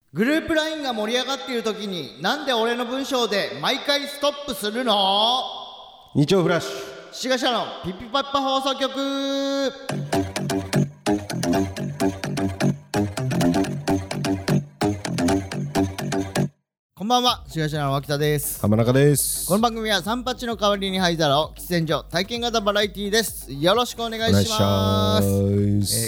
グループ LINE が盛り上がっている時になんで俺の文章で毎回ストップするの？ 日曜フラッシュ志賀社のピピパッパ放送局。こんばんは、志賀社の脇田です。 浜中です。 この番組は三八の代わりに灰皿を喫煙所体験型バラエティーです。よろしくお願いします。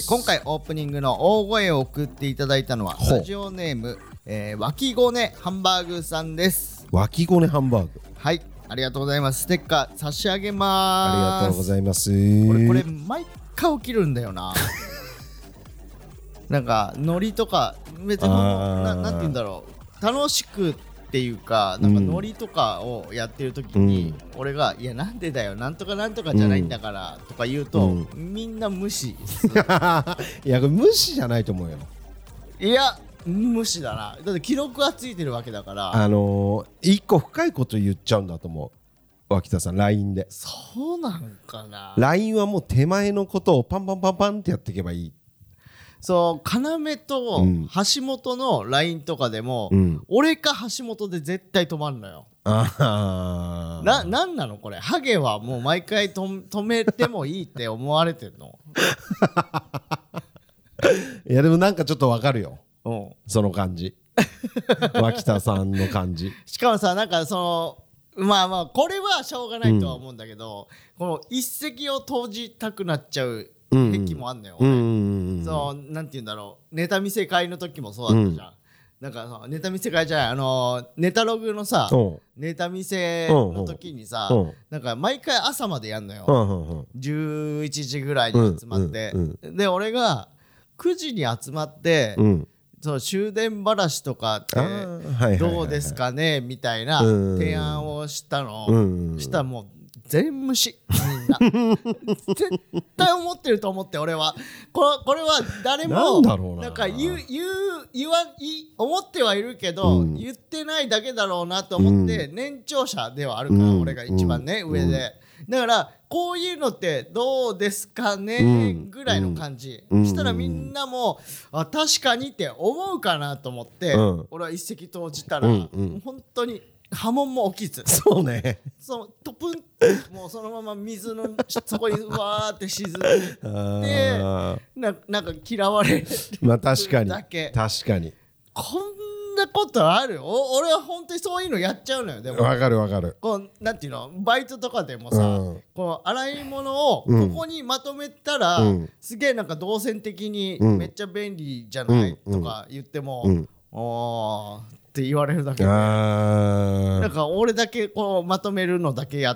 今回オープニングの大声を送っていただいたのはラジオネーム、脇ごねハンバーグさんです。 脇ごねハンバーグ、 はい、ありがとうございます。ステッカー差し上げます。 ありがとうございます。 これ毎回起きるんだよななんかノリとか別になんて言うんだろう、楽しくっていうか、なんかノリとかをやってる時に、俺がいやなんでだよなんとかなんとかじゃないんだからとか言うと、みんな無視いやこれ無視じゃないと思うよ。 いや無視だな。だって記録はついてるわけだから。 一個深いこと言っちゃうんだと思う、脇田さん。 LINE でそうなんかな。 LINE はもう手前のことをパンパンパンパンってやっていけばいい。そう要と橋本の LINE とかでも、俺か橋本で絶対止まるのよ。なんなのこれ。ハゲはもう毎回止めてもいいって思われてんのいやでもなんかちょっとわかるよ、その感じ脇田さんの感じ。 しかもさ、なんかまあこれはしょうがないとは思うんだけど、この一石を投じたくなっちゃう癖もあんのよ、なんて言うんだろう、ネタ見せ会の時もそうだったじゃん。なんかさ、ネタ見せ会じゃない、ネタログのさ、ネタ見せの時にさ、なんか毎回朝までやんのよ、11時ぐらいに集まって、で俺が9時に集まって、終電話とかってどうですかねみたいな提案をしたの、したらもう全無視、みんな絶対思ってると思って。俺はこれは誰もなんか思ってはいるけど、言ってないだけだろうなと思って、年長者ではあるから、俺が一番ね、上で。だからこういうのってどうですかねぐらいの感じ、したらみんなも確かにって思うかなと思って、俺は一石投じたら、本当に波紋も起きず、 そうね、 トプンもうそのまま水の底にわーって沈んでなんか嫌われるまあ確かにだけ。 確かにこんなことある？俺は本当にそういうのやっちゃうのよ。でもわかるわかる。 こうなんていうの、バイトとかでもさ、この洗い物をここにまとめたら、すげえなんか動線的にめっちゃ便利じゃないとか言っても、って言われるだけで、なんか俺だけこうまとめるのだけやって、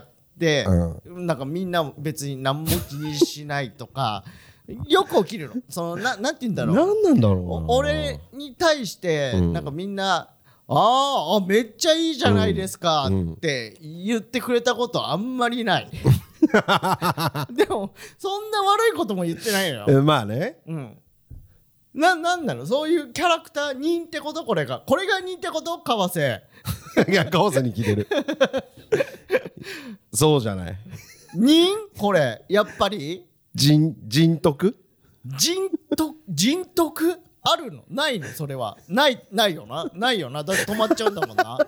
なんかみんな別に何も気にしないとかよく起きるの。なんて言うんだろう、 何なんだろうな。 俺に対してなんかみんなめっちゃいいじゃないですかって言ってくれたことあんまりないでもそんな悪いことも言ってないのよ。 まあね、 なんなのそういうキャラクター人ってこと？これが人ってこと？川瀬いや川瀬に聞いてるそうじゃない人？これやっぱり人徳あるの？ないの？それはないよな。ないよな。だって止まっちゃうんだもんな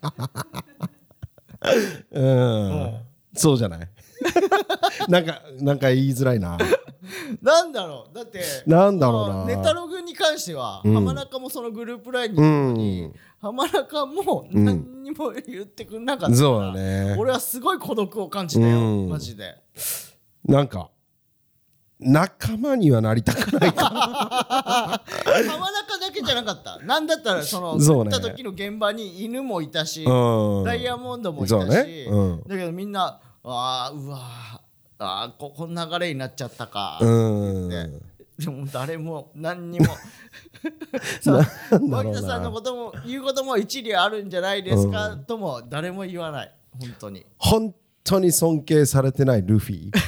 そうじゃないなんか言いづらいな。 なんだろう、だってなんだろうな、 ネタログに関しては、浜中もそのグループ LINE にいるのに、浜中も何にも言ってくれなかったから、 そうだね、 俺はすごい孤独を感じたよ、マジで。 なんか仲間にはなりたくないか浜中だけじゃなかった。なんだったら撃った時の現場に犬もいたし、ダイヤモンドもいたし、だけどみんなこんな流れになっちゃったかって言って、でも誰も何にも脇田さんのことも言うことも一理あるんじゃないですかとも誰も言わない。 本当に尊敬されてないルフィ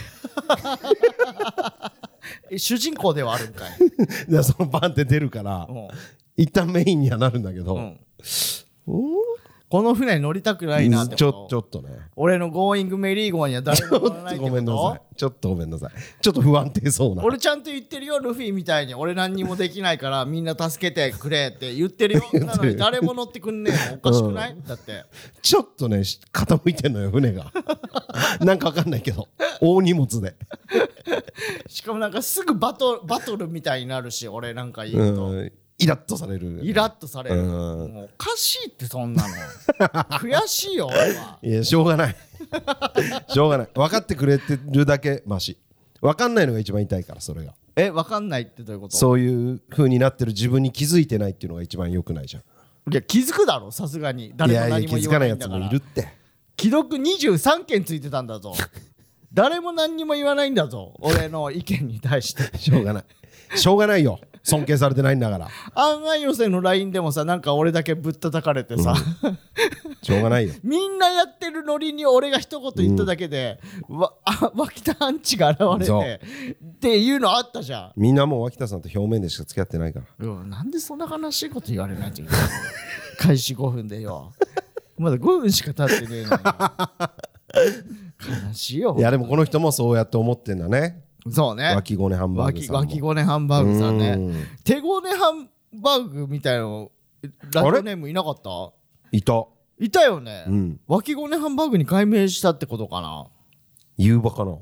主人公ではあるんかいでそのバンって出るから、一旦メインにはなるんだけど、 ここの船乗りたくないなってちことょっとね。 俺のゴーイングメリーゴーには誰も乗らないってことごめんなさい。ちょっとごめんなさい。ちょっと不安定そうな。 俺ちゃんと言ってるよルフィみたいに俺何にもできないからみんな助けてくれって言ってるよなのに誰も乗ってくんねえのおかしくない、だってちょっとね傾いてんのよ船がなんかわかんないけど大荷物でしかもなんかすぐバトルみたいになるし俺なんか言うとイラッとされる。 イラッとされる。もうおかしいってそんなの悔しいよ俺は。 いやしょうがないしょうがない。分かってくれてるだけマシ。分かんないのが一番痛いからそれが。 分かんないってどういうこと？ そういう風になってる自分に気づいてないっていうのが一番良くないじゃん。 いや気づくだろさすがに。誰も何も言わないんだから。 いやいや気づかないやつもいるって。 既読23件ついてたんだぞ誰も何にも言わないんだぞ俺の意見に対してしょうがないしょうがないよ。尊敬されてないんだから。 案外寄せの LINE でもさなんか俺だけぶったたかれてさ、 しょうがないよ。 みんなやってるノリに俺が一言言っただけで、脇田アンチが現れてっていうのあったじゃん。 みんなもう脇田さんと表面でしか付き合ってないから。 なんでそんな悲しいこと言われないといけないの開始5分でよまだ5分しか経ってねえのに悲しいよ。 いやでもこの人もそうやって思ってんだね。 そうね。 脇ごねハンバーグさんも。 脇ごねハンバーグさんね。手ごねハンバーグみたいなのラジオネームいなかった？ いた。 いたよね。脇ごねハンバーグに改名したってことかな。 ゆうばかな。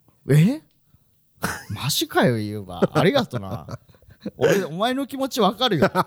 マジかよゆうば。ありがとな。俺お前の気持ちわかるよ。ち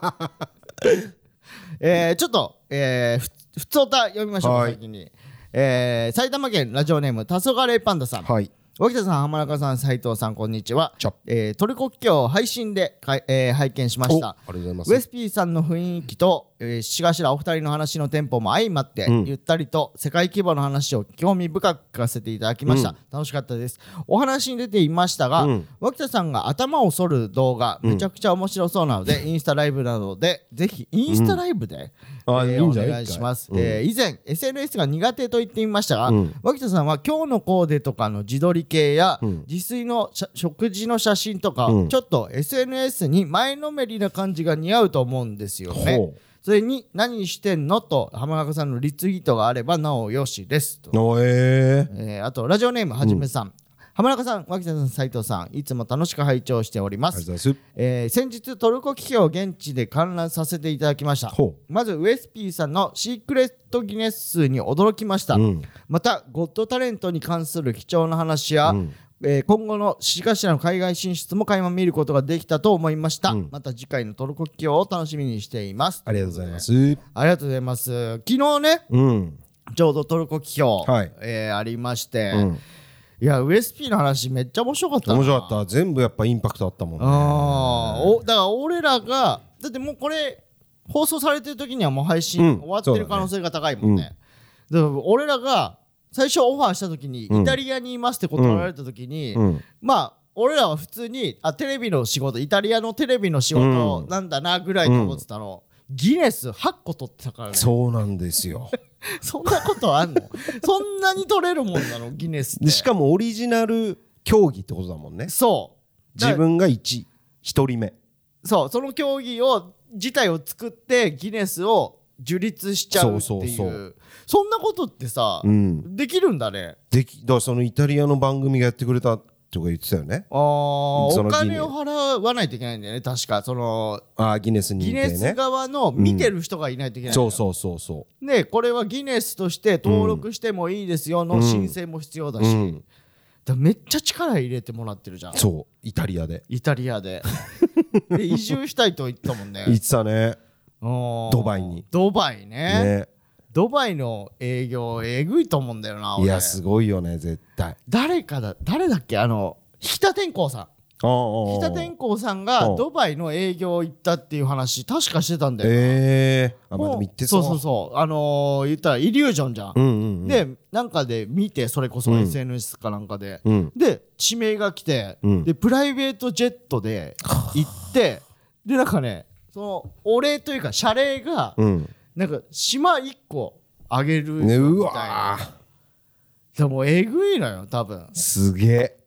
ょっとふつおた読みましょう、先に。埼玉県ラジオネーム黄昏パンダさん。脇田さん、浜中さん、斉藤さん、こんにちは。トルコキキョを配信で拝見しました。 ありがとうございます。 ウエスピーさんの雰囲気と、しがしらお二人の話のテンポも相まって、ゆったりと世界規模の話を興味深く聞かせていただきました。楽しかったです。お話に出ていましたが、脇田さんが頭を剃る動画、めちゃくちゃ面白そうなので、インスタライブなどで、ぜひインスタライブで、お願いします。以前 SNS が苦手と言っていましたが、脇田さんは今日のコーデとかの自撮り系や、自炊の食事の写真とか、ちょっと SNS に前のめりな感じが似合うと思うんですよね。それに何してんのと浜中さんのリツイートがあればなおよしですと。あとラジオネームはじめさん、浜中さん、脇田さん、斉藤さん、いつも楽しく拝聴しております。先日トルコ危機を現地で観覧させていただきました。まずウエスピーさんのシークレットギネス数に驚きました。またゴッドタレントに関する貴重な話や、今後のしがしらの海外進出も垣間見ることができたと思いました。また次回のトルコ危機を楽しみにしています。 ありがとうございます。 ありがとうございます。昨日ね、ちょうどトルコ危機ありまして、いやウエスピーの話めっちゃ面白かったな。 面白かった。全部やっぱインパクトあったもんね。 だから俺らがだってもうこれ放送されてる時にはもう配信終わってる可能性が高いもんね。だから俺らが最初オファーした時にイタリアにいますって断られた時に、まあ俺らは普通にテレビの仕事イタリアのテレビの仕事なんだなぐらいと思ってたの。ギネス8個取ってたからね。 そうなんですよ。 そんなことあんの？そんなに取れるもんなのギネスって。 でしかもオリジナル競技ってことだもんね。 そう自分が1人目。 その競技自体を作ってギネスを樹立しちゃうっていうそんなことってさ、できるんだね。 だからそのイタリアの番組がやってくれたとか言ってたよね。 お金を払わないといけないんだよね確か。そのギネス認定ね。 ギネス側の見てる人がいないといけない、 そうでこれはギネスとして登録してもいいですよの申請も必要だし、めっちゃ力入れてもらってるじゃん。 そうイタリアでで移住したいと言ったもんね。 言ってたね。ドバイに。 ドバイね。ドバイの営業えぐいと思うんだよな俺。 いやすごいよね絶対。 誰だっけ引田天功さん。引田天功さんがドバイの営業行ったっていう話確かしてたんだよな。 まだ見てそう。 そう言ったらイリュージョンじゃん。でなんかで見てそれこそ SNS かなんかで、で地名が来て、でプライベートジェットで行ってでなんかねそのお礼というか謝礼が、なんか島1個あげるみたいな。でもえぐいのよ多分。 すげえ。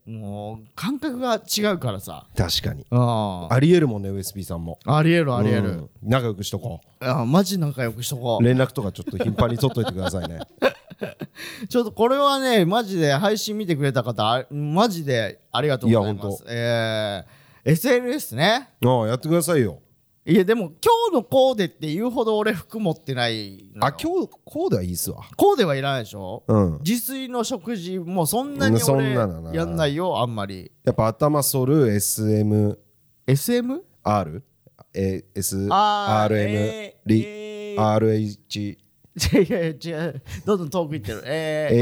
もう感覚が違うからさ。 確かにあありえるもんね USB さんもありえるありえる、 仲良くしとこマジ仲良くしとこう連絡とかちょっと頻繁に取っといてくださいねう。ちょっとこれはねマジで配信見てくれた方マジでありがとうございます。SNS ね。 やってくださいよ。 いやでも今日のコーデって言うほど俺服持ってないのよ。 今日コーデはいいっすわ。 コーデはいらないでしょ、自炊の食事もそんなにそ俺んなのなやんないよあんまり。 やっぱ頭反る SMR SRN RH 違うどんどん遠く行ってる。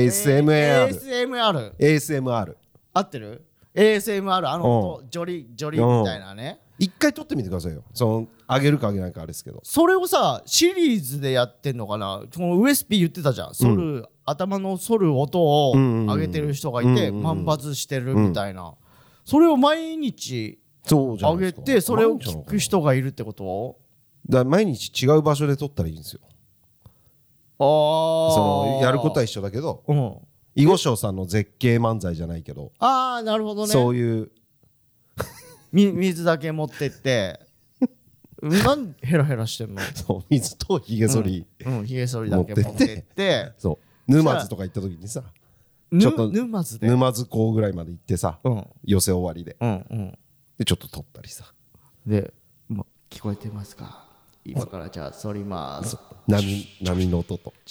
ASMR 合ってる ASMR ジョリみたいなね。 一回撮ってみてくださいよ。上げるか上げないかあれですけど、 それをさシリーズでやってんのかな。この USB 言ってたじゃん、頭の反る音を上げてる人がいて万発してるみたいな、それを毎日上げてそれを聞く人がいるってこと？ だから毎日違う場所で撮ったらいいんですよ。やることは一緒だけど、囲碁将さんの絶景漫才じゃないけど、 なるほどね。 そういう水だけ持ってってなんヘラヘラしてんの？ そう水とひげ剃り、 ひげ剃りだけ持ってってそう沼津とか行った時にさ、ちょっと沼津港ぐらいまで行ってさ、寄せ終わりで、でちょっと撮ったりさ、 でもう聞こえてますか？今からじゃあ剃ります。 波の音と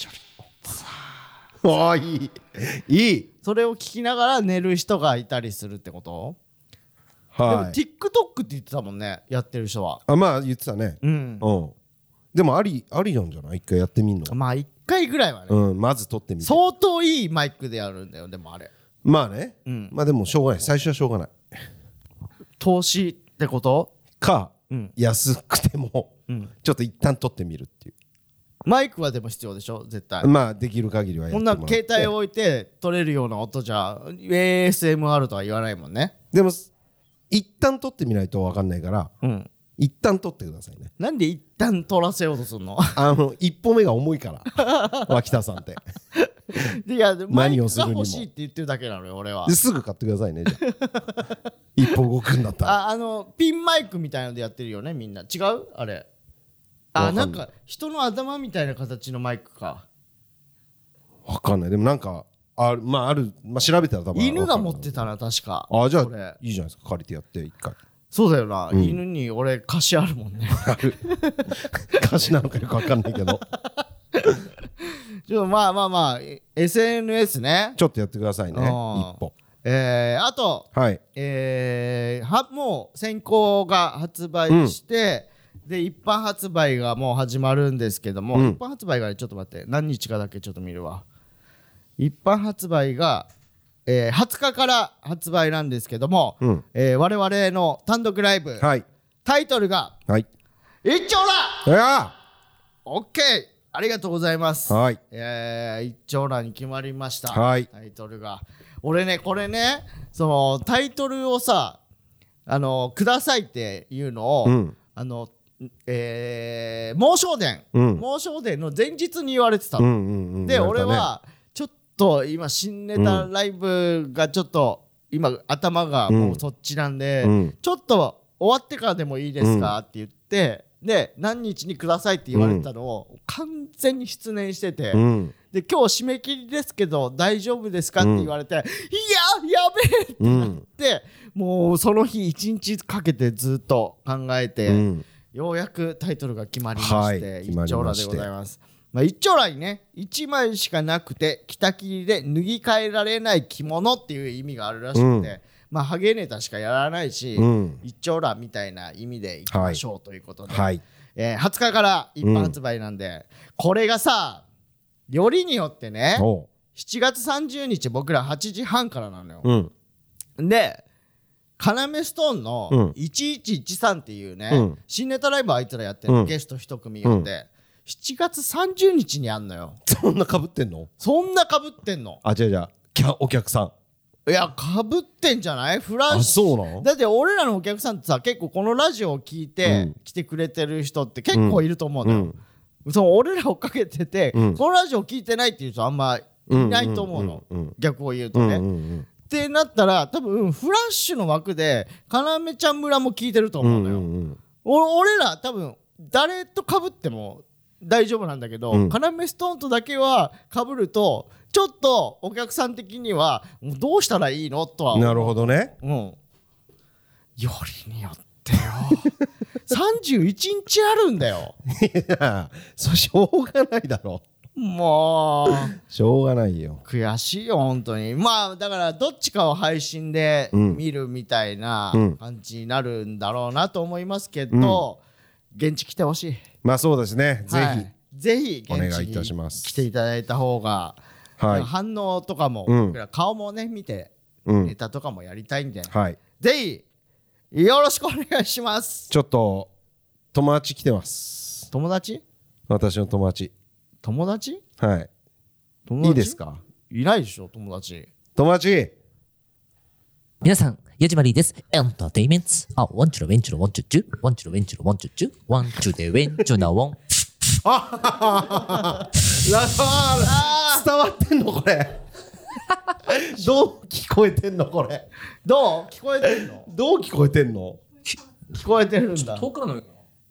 いいそれを聞きながら寝る人がいたりするってこと？でも TikTok って言ってたもんね、やってる人は。 まあ言ってたね。でもありなんじゃない？一回やってみんの。 まあ一回ぐらいはね、 まず撮ってみて。 相当いいマイクでやるんだよでもあれ。 まあね、まあでもしょうがない、最初はしょうがない。 投資ってことか、安くてもちょっと一旦撮ってみるっていう。 マイクはでも必要でしょ絶対。 まあできる限りはやってもらって。 こんな携帯を置いて撮れるような音じゃ ASMR とは言わないもんね。 でも一旦撮ってみないと分かんないから、一旦撮ってくださいね。 なんで一旦撮らせようとするの？ 一歩目が重いから脇田さんっていやマイクが欲しいって言ってるだけなのよ俺は。 すぐ買ってくださいねじゃあ一歩動くんだったら。 ピンマイクみたいなのでやってるよねみんな。違うあれ。なんか人の頭みたいな形のマイクか。 分かんない。でもなんかまあ調べたら多分犬が持ってたな確か。 じゃあいいじゃないですか、借りてやって一回。 そうだよな、犬に俺貸しあるもんね。 貸しなのかよく分かんないけどまあ SNS ねちょっとやってくださいね、一歩。 あと、もう先行が発売して、で一般発売がもう始まるんですけども、一般発売がちょっと待って何日かだけちょっと見るわ。一般発売が、20日から発売なんですけども、我々の単独ライブ、タイトルが「一丁羅」オッケーありがとうございます。一丁羅に決まりました、タイトルが。俺ねこれねそのタイトルをさくださいっていうのを、猛将伝の前日に言われてたの。で俺はちょっと今新ネタライブがちょっと今頭がもうそっちなんで、ちょっと終わってからでもいいですかって言って、で何日にくださいって言われたのを完全に失念してて、で今日締め切りですけど大丈夫ですかって言われて、いややべえってなって、もうその日一日かけてずっと考えて、ようやくタイトルが決まりまして、一丁羅でございます。一丁羅にね1枚しかなくて着たきりで脱ぎ替えられない着物っていう意味があるらしくて、ハゲネタしかやらないし、一丁羅みたいな意味でいきましょうということで、20日から一般発売なんで、これがさよりによってね7月30日僕ら8時半からなのよ、でカナメストーンの1113っていうね、新ネタライブあいつらやってるの、ゲスト一組呼んで、7月30日にあんのよ。 そんなかぶってんの？ そんなかぶってんの？ 違うお客さん。 いやかぶってんじゃない？フラッシュ。 そうなの？ だって俺らのお客さんってさ結構このラジオを聞いて来てくれてる人って結構いると思うのよ、その俺らをかけてて、このラジオ聞いてないっていう人あんまいないと思うの、逆を言うとね、 ってなったら多分フラッシュの枠でかなめちゃん村も聞いてると思うのよ、俺ら多分誰と被っても大丈夫なんだけど、カナメストーンとだけは被るとちょっとお客さん的にはもうどうしたらいいのとは思う。 なるほどね。 よりによってよ31日あるんだよ。 いやそしょうがないだろ。 もうしょうがないよ。 悔しいよ本当に。まあだからどっちかを配信で見るみたいな感じになるんだろうなと思いますけど、現地来てほしい。 まあそうですね、 ぜひお願いいたします。 来ていただいた方が、反応とかも、顔もね見て、ネタとかもやりたいんで、ぜひよろしくお願いします。 ちょっと友達来てます。 友達？ 私の友達。 友達？ はい。いいですか？ いないでしょ友達。 友達。 皆さん、ヤジマリーです。エンターテイメント。ワンチュラウェンチュラワンチュチュ。ワンチュラウェンチュラワンチュチュ。ワンチュでウェンチュナワン。 伝わってんのこれ。どう聞こえてんのこれ。 どう聞こえてんの？ どう聞こえてんの？ 聞こえてるんだ。 遠くからの。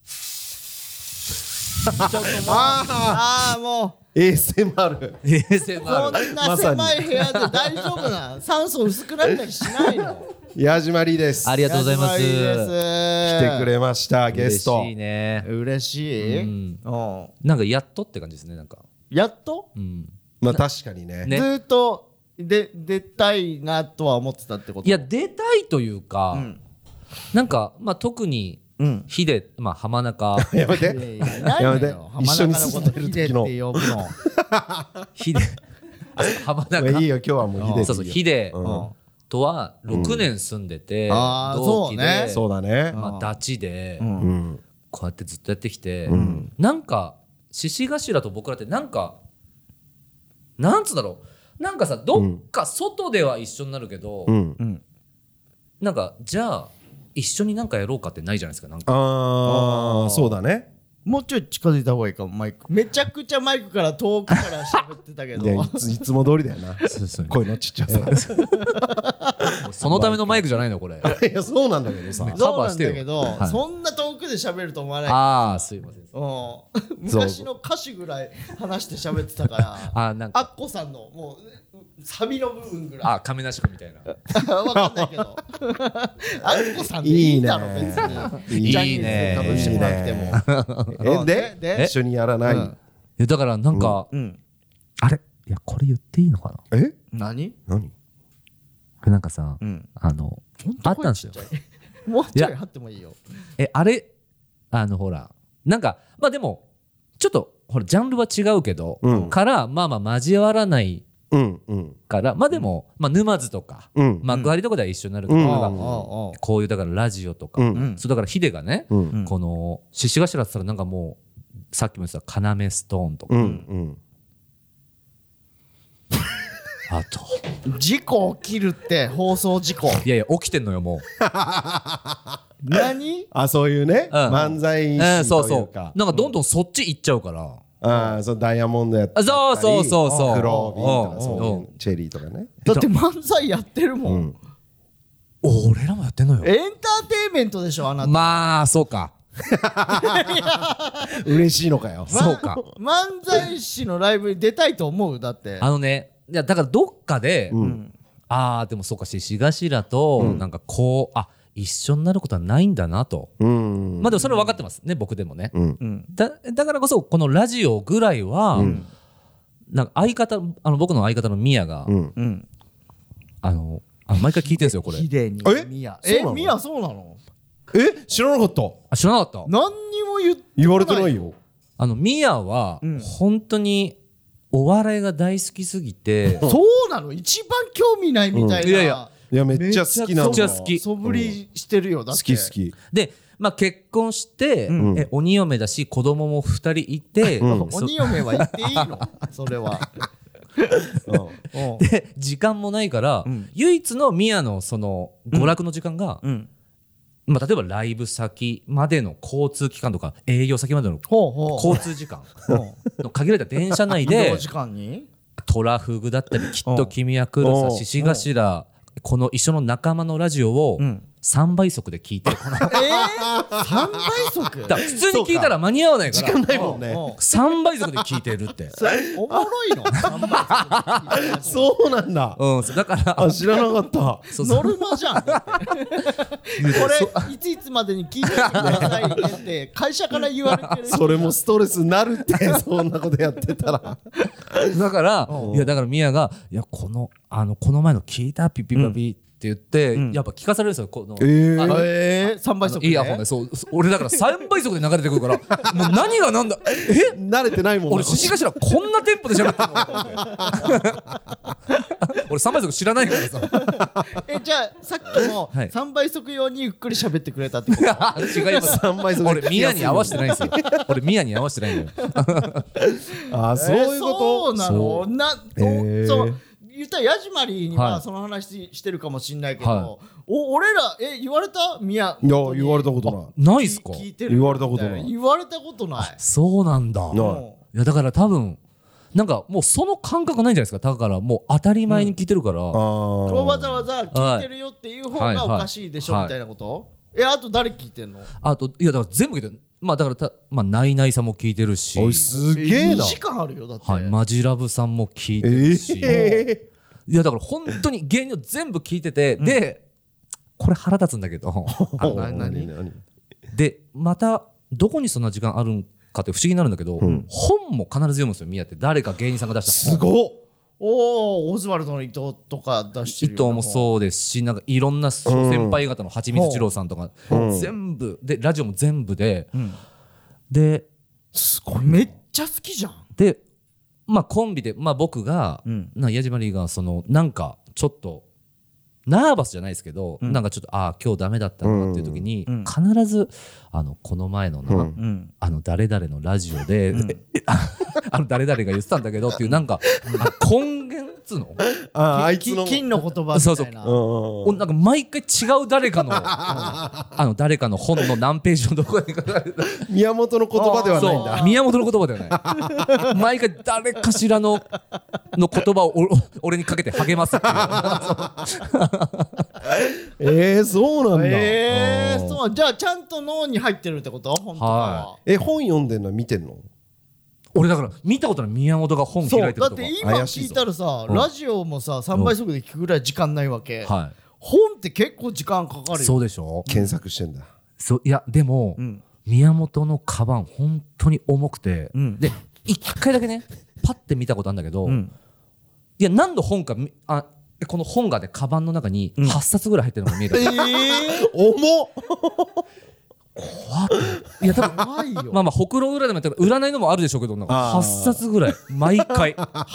ちょっともうもう ASMR こんな狭い部屋で大丈夫な酸素薄くなったりしないの？ ヤジマリーです。 ありがとうございます。 来てくれましたゲスト。 嬉しいね。 嬉しい。 なんかやっとって感じですね。なんかやっと？ まあ確かにね。 ずっと出たいなとは思ってたってこと？ いや出たいというか、なんかまあ特にヒデ、まあ浜中やめてやめて、一緒に住んでる時のヒデ浜中いいよ今日はもうヒデ。 そうそうヒデとは6年住んでて、同期でそうだね、 まあダチでこうやってずっとやってきて、なんか獅子頭と僕らってなんかなんつうんだろう、なんかさどっか外では一緒になるけど、なんかじゃあ一緒になんかやろうかってないじゃないですか。なんかそうだね。 もうちょい近づいた方がいいかも。マイクめちゃくちゃマイクから遠くから喋ってたけどいつも通りだよな声のちっちゃさそのためのマイクじゃないのこれ。 いやそうなんだけどさ、 そうなんだけど、そんな遠くで喋ると思わない。 ああすいません。 昔の歌詞ぐらい話して喋ってたからなんかアッコさんのもうサビの部分ぐらい亀梨君みたいなわかんないけどアッコさんでいいんだろ別に。 いいね。 かぶしてもらってもで一緒にやらない。 だからなんかあれいやこれ言っていいのかな。 何なんかさあったんですよ。 もうちょい貼ってもいいよ。 あれほらなんかまあでもちょっとほらジャンルは違うけどからまあまあ交わらないからまあでもまあ沼津とか幕張とかでは一緒になるけど、こういうだからラジオとかそうだからヒデがねこの獅子頭って言ったらなんかもうさっきも言ってたカナメストーンとかあと事故起きるって放送事故。 いやいや起きてんのよもう。 何？ そういうね漫才師というかそうそうなんかどんどんそっち行っちゃうから。 そうダイヤモンドやったりそうクロービーとかそういうチェリーとかね。 だって漫才やってるもん。 俺らもやってんのよ。 エンターテインメントでしょあなた。 まあそうか。 嬉しいのかよ。 そうか。 漫才師のライブに出たいと思う？だっていやだからどっかででもそうか獅子頭となんかこう一緒になることはないんだなと。まあでもそれは分かってますね僕でもね。だからこそこのラジオぐらいはなんか相方僕の相方のミヤが毎回聞いてるんですよこれ。 ヒデにミヤ。ミヤそうなの？ 知らなかった。 知らなかった。 何にも言われてないよ。 ミヤは本当にお笑いが大好きすぎて。 そうなの？一番興味ないみたいな。 いやめっちゃ好きなの。 めっちゃ好き。 そぶりしてるよだって。 好き。 でまあ結婚して鬼嫁だし子供も2人いて。 鬼嫁は言っていいの？それは。 で時間もないから唯一のミヤのその娯楽の時間がまあ例えばライブ先までの交通機関とか営業先までの交通時間の限られた電車内でトラフグだったりきっと君は来るさ獅子頭この一緒の仲間のラジオを3倍速で聞いて、 3倍速だ普通に聞いたら間に合わないから時間ないもんね。 3倍速で聞いてるってそれおもろいの3倍速そうなんだ。 だから知らなかった。 ノルマじゃんこれいついつまでに聞いてくださいねって会社から言われてる。 それもストレスになるってそんなことやってたら。 だからいやだからミヤがいやこの前の聞いたピピパピって言ってやっぱ聞かされるんですよこの 3倍速でイヤホンでそう俺だから3倍速で流れてくるからもう何がなんだ慣れてないもん。 俺獅子頭こんなテンポで喋ってんの俺3倍速知らないからさじゃあさっきも3倍速用にゆっくり喋ってくれたってこと？ 違います 3倍速。 俺ミヤに合わせてないんですよ。俺ミヤに合わせてないんだよ。 そういうこと。 そうなの？そう言ったらヤジマリーにはその話してるかもしんないけど、俺ら言われた？ミヤ。 いや言われたことない。 ないっすか？ 言われたことない。 言われたことない。 そうなんだ。いやだから多分なんかもうその感覚ないんじゃないですか。だからもう当たり前に聞いてるから。 わざわざ聞いてるよっていう方がおかしいでしょみたいなこと？あと誰聞いてんの？ あといやだから全部聞いてる。まあだからナイナイさんも聞いてるし。 すげえな。 2時間あるよだって。 マジラブさんも聞いてるし。いやだから本当に芸人を全部聞いててでこれ腹立つんだけどでまたどこにそんな時間あるんかって不思議になるんだけど本も必ず読むんですよミヤって誰か芸人さんが出した本。すごっ。 オズワルドの伊藤とか出してるよ。 伊藤もそうですしなんかいろんな先輩方のはちみつ二郎さんとか全部でラジオも全部ですごいめっちゃ好きじゃん。 でまあコンビで僕がヤジマリーがそのなんかちょっとナーバスじゃないですけどなんかちょっと今日ダメだったなっていう時に必ずこの前の誰々のラジオで誰々が言ってたんだけどっていうなんか根源っつうのあいつの金の言葉みたいな。 そうなんか毎回違う誰かの誰かの本の何ページのどこに書かれた宮本の言葉ではないんだ。 宮本の言葉ではない毎回誰かしらの言葉を俺にかけて励ますっていうそうなんだ。 そうじゃあちゃんと脳に入ってるってこと？本当は。 本読んでんの見てんの？ 俺だから見たことない宮本が本開いてるとか。 だって今聞いたらさラジオもさ3倍速で聞くぐらい時間ないわけ。本って結構時間かかるよ。 そうでしょ。 検索してんだ。 そういやでも宮本のカバン本当に重くてで一回だけねパッて見たことあるんだけどいや何の本かこの本がねカバンの中に8冊ぐらい入ってるのが見えた。 重っ。 怖っ。いや多分怖いよ。 まあほくろ占いもやったら占いのもあるでしょうけどなんか8冊ぐらい毎回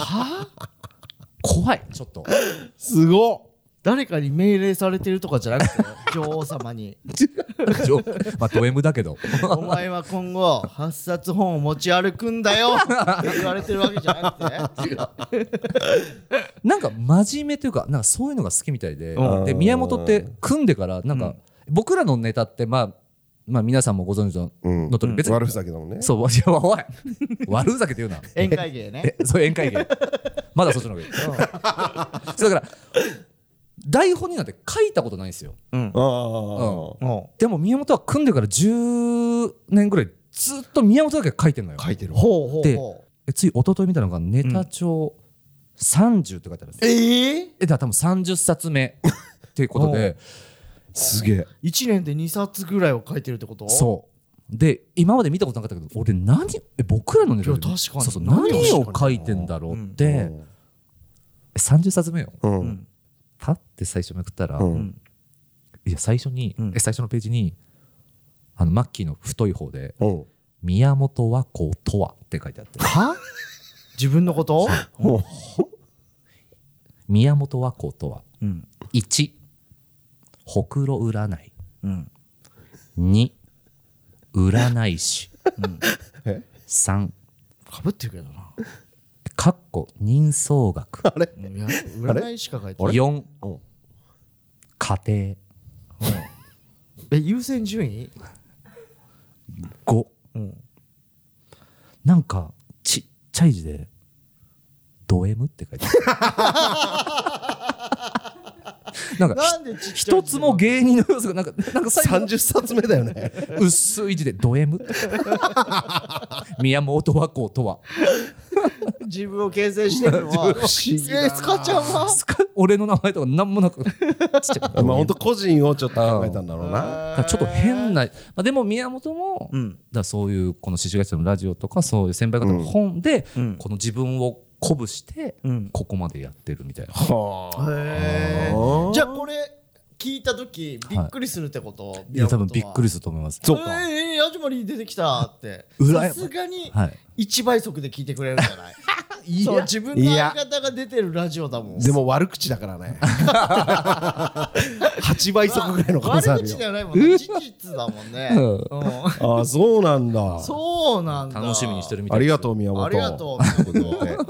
怖いちょっとすごっ。 誰かに命令されてるとかじゃなくて女王様にまあド M だけどお前は今後8冊本を持ち歩くんだよって言われてるわけじゃなくてなんか真面目というかなんかそういうのが好きみたいでで宮本って組んでからなんか僕らのネタってまあ皆さんもご存知の通り別に悪ふざけだもんね。 そうおい悪ふざけて言うな宴会芸ねそう宴会芸まだそっちの方がいいそうだから台本になんて書いたことないんですよ。でも宮本は組んでから10年ぐらいずっと宮本だけ書いてるのよ。 書いてる。 でつい一昨日見たのがネタ帳30って書いてあるんですよ。だから多分30冊目っていうことですげえ。 1年で2冊ぐらいを書いてるってこと？ そうで今まで見たことなかったけど俺僕らのネタでそう何を書いてんだろうって30冊目よ。パッて最初めくったらいや最初のページにマッキーの太い方で「宮本和子とは」って書いてあっては自分のこと宮本和子とは1ほくろ占い2占い師3 かぶってるけどなかっこ人相学あれ占いしか書いてない 4家庭優先順位 5なんかちっちゃい字でド M って書いてあるなんか一つも芸人の要素がなんか最後 30冊目だよね。 薄い字でド M 宮本和光とは自分を形成してるのはスカちゃんは俺の名前とかなんもなくまあ本当個人をちょっと考えたんだろうな。 ちょっと変な、でも宮本も、だそういうこの獅子頭のラジオとかそういう先輩方の本で、この自分を鼓舞してここまでやってるみたいな。 じゃあこれ聞いた時びっくりするってこと？ いや多分びっくりすると思います。 そうか。ヤジマリー出てきたってさすがに1倍速で聞いてくれるんじゃない？そう自分の相方が出てるラジオだもん。 でも悪口だからね。8倍速ぐらいの可能性あるよ。 悪口じゃないもんね。事実だもんね。 ああそうなんだ。 そうなんだ。 楽しみにしてるみたいです。ありがとう宮本。 ありがとう宮本。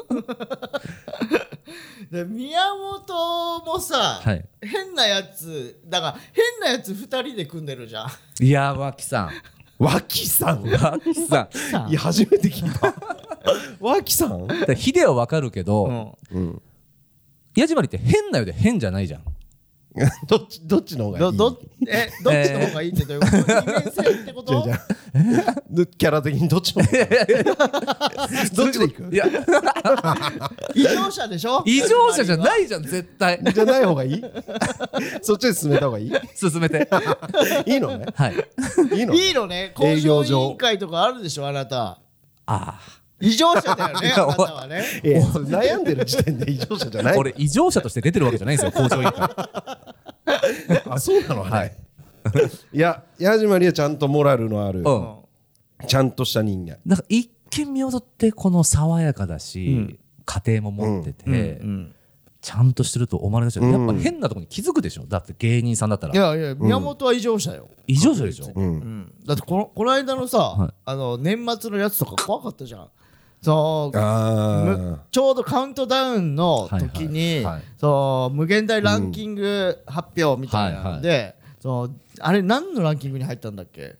で宮本もさ、変なやつだから変なやつ2人で組んでるじゃん。 いや脇さん。 脇さん。 脇さん。いや初めて聞いた。脇さん。 ヒデはわかるけど、ヤジマリって変なようで変じゃないじゃん。 どっちの方がいい？ どっちの方がいいってどういうこと？二面性ってこと？ キャラ的にどっちの方がいい？どっちでいく？いや異常者でしょ？ 異常者じゃないじゃん絶対。 じゃない方がいい？そっちで進めた方がいい？ 進めて。 いいのね。 はい。 いいのね。交渉委員会とかあるでしょあなた。異常者だよねあなたはね。 悩んでる時点で異常者じゃない。 俺異常者として出てるわけじゃないんですよ交渉委員会。 あそうなのね。いやヤジマリはちゃんとモラルのあるちゃんとした人間。 なんか一見見踊ってこの爽やかだし家庭も持っててちゃんとしてると思われるじゃん。やっぱ変なとこに気づくでしょ。だって芸人さんだったら。 いや宮本は異常者よ。 異常者でしょ。 だってこの間のさ年末のやつとか怖かったじゃん。そうちょうどカウントダウンの時に無限大ランキング発表みたいなのであれ何のランキングに入ったんだっけ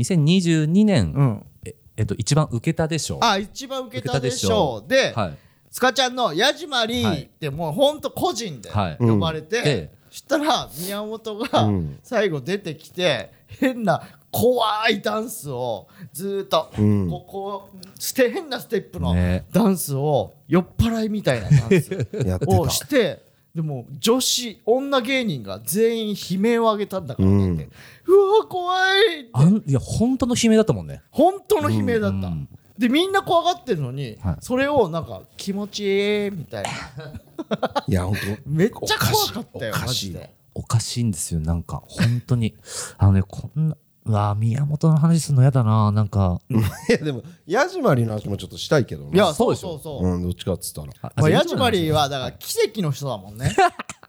？2022年一番受けたでしょう。 一番受けたでしょうでスカちゃんのヤジマリーってもうほんと個人で呼ばれてそしたら宮本が最後出てきて変な怖いダンスをずっとこう変なステップのダンスを酔っ払いみたいなダンスをしてでも女芸人が全員悲鳴を上げたんだからねってうわ怖いいや本当の悲鳴だったもんね。 本当の悲鳴だったでみんな怖がってるのにそれをなんか気持ちいいみたいないや本当めっちゃ怖かったよマジで。 おかしいんですよなんか本当にこんな宮本の話するのやだななんか。 いやでもヤジマリの話もちょっとしたいけどね。 いやそうどっちかっつったらヤジマリはだから奇跡の人だもんね。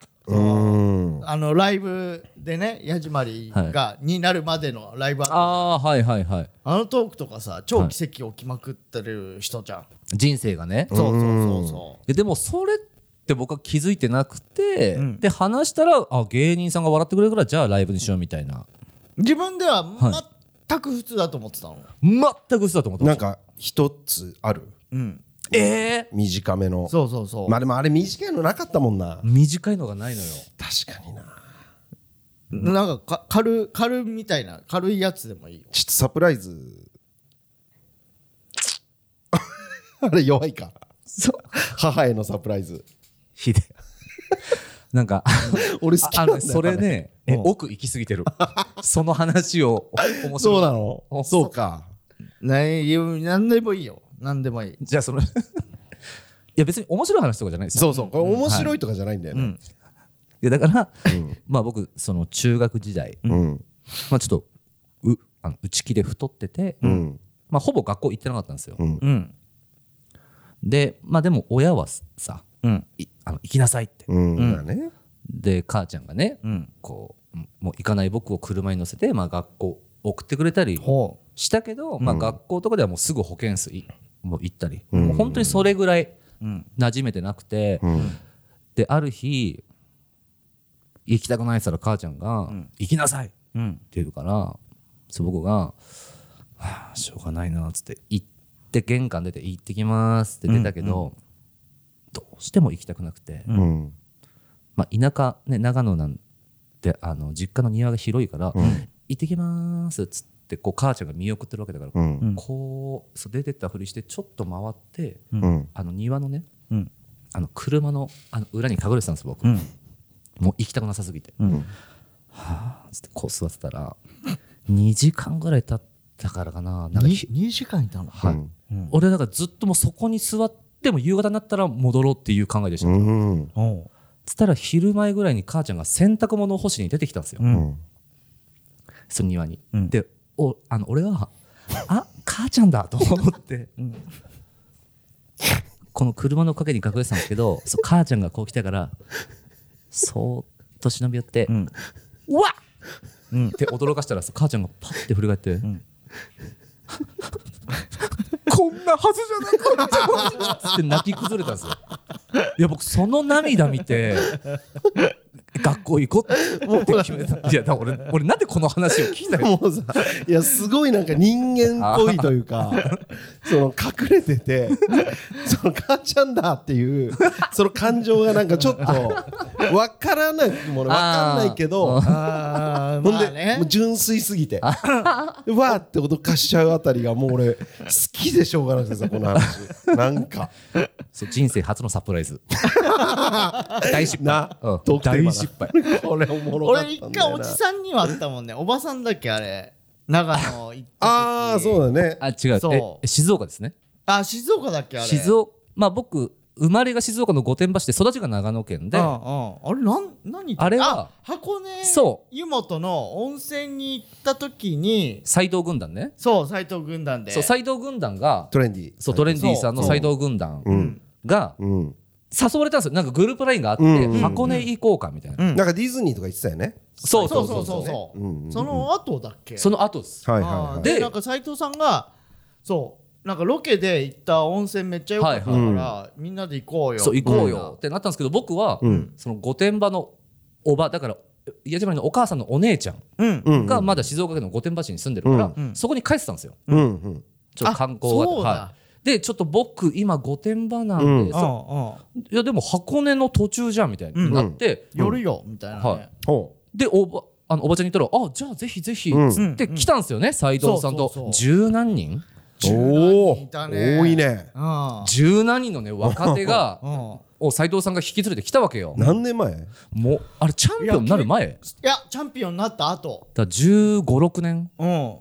ライブでねヤジマリになるまでのライブはいはいはい。 あのトークとかさ超奇跡起きまくってる人じゃん人生がね。 そうでもそれって僕は気づいてなくてで話したら芸人さんが笑ってくれるからじゃあライブにしようみたいな。 自分では全く普通だと思ってたの。 全く普通だと思ってました。 なんか一つある短めの。 そうまあでもあれ短いのなかったもんな。 短いのがないのよ。 確かにな。 なんか軽みたいな軽いやつでもいいよ。 ちょっとサプライズあれ弱いか。母へのサプライズひでなんか俺好きなんだよそれね奥行き過ぎてるその話を面白い。 そうなの。そうか。 何でもいいよ何でもいい。 じゃあいや別に面白い話とかじゃないですよ。 そうこれ面白いとかじゃないんだよね。 いやだからまあ僕その中学時代まあちょっと内気で太っててまあほぼ学校行ってなかったんですよ。でまあでも親はさ行きなさいって。で母ちゃんがねこうもう行かない僕を車に乗せてまあ学校送ってくれたりしたけどまあ学校とかではもうすぐ保健室も行ったりもう本当にそれぐらい馴染めてなくてである日行きたくないって言ったら母ちゃんが行きなさいって言うから僕がしょうがないなっつって行って玄関出て行ってきますって出たけどどうしても行きたくなくてまあ田舎ね長野なんで実家の庭が広いから「行ってきます」っつってこう母ちゃんが見送ってるわけだから、こう出てったふりしてちょっと回って、庭のね、車の裏に隠れてたんです僕、もう行きたくなさすぎて、はあっつってこう座ってたら2時間ぐらい経ったからかな、なんか 2時間いたの、 はい、俺だからずっともうそこに座っても夕方になったら戻ろうっていう考えでした、つったら昼前ぐらいに母ちゃんが洗濯物を干しに出てきたんですよ、その庭に、で俺は母ちゃんだと思って、この車の陰に隠れてたんですけど、母ちゃんがこう来たからそーっと忍び寄って、うわっって驚かしたら母ちゃんがパッて振り返って、こんなはずじゃなかったって泣き崩れたんですよ。いや僕その涙見て学校行こうって決めた。いやだから俺なんでこの話を聞いたの。 もうさ、いやすごいなんか人間っぽいというかその隠れててその母ちゃんだっていうその感情がなんかちょっと分からないもの分かんないけど、ほんでもう純粋すぎてわーって脅かしちゃうあたりがもう俺好きでしょうがなくてさ、この話なんかそう人生初のサプライズ大失敗な、 大失敗これおもろかったんだよな。 俺一回おじさんにはあったもんね。おばさんだっけあれ、長野行った時。 ああそうだね。 違う、静岡ですね。 静岡だっけあれ。 まあ僕生まれが静岡の御殿場市で育ちが長野県で、 あれ何あれは箱根湯本の温泉に行った時に斎藤軍団ね。 そう斎藤軍団で、 そう斎藤軍団がトレンディさんの斎藤軍団が誘われたんですよ。なんかグループラインがあって箱根行こうかみたいな。 なんかディズニーとか言ってたよね。 そうその後だっけ。 その後です。 でなんか斎藤さんがなんかロケで行った温泉めっちゃ良かったからみんなで行こうよ。 そう行こうよってなったんですけど、僕はその御殿場のおばだから矢島のお母さんのお姉ちゃんがまだ静岡県の御殿場市に住んでるからそこに帰ってたんですよ。ちょっと観光が。でちょっと僕今御殿場なんで、いやでも箱根の途中じゃんみたいになって寄るよみたいなね。 でおばちゃんに言ったらじゃあぜひぜひっつって来たんですよね、斎藤さんと十何人。 多いね。 十何人のね若手が斎藤さんが引き連れてきたわけよ。 何年前？ もうあれチャンピオンになる前？ いやチャンピオンになった後だ。15、16年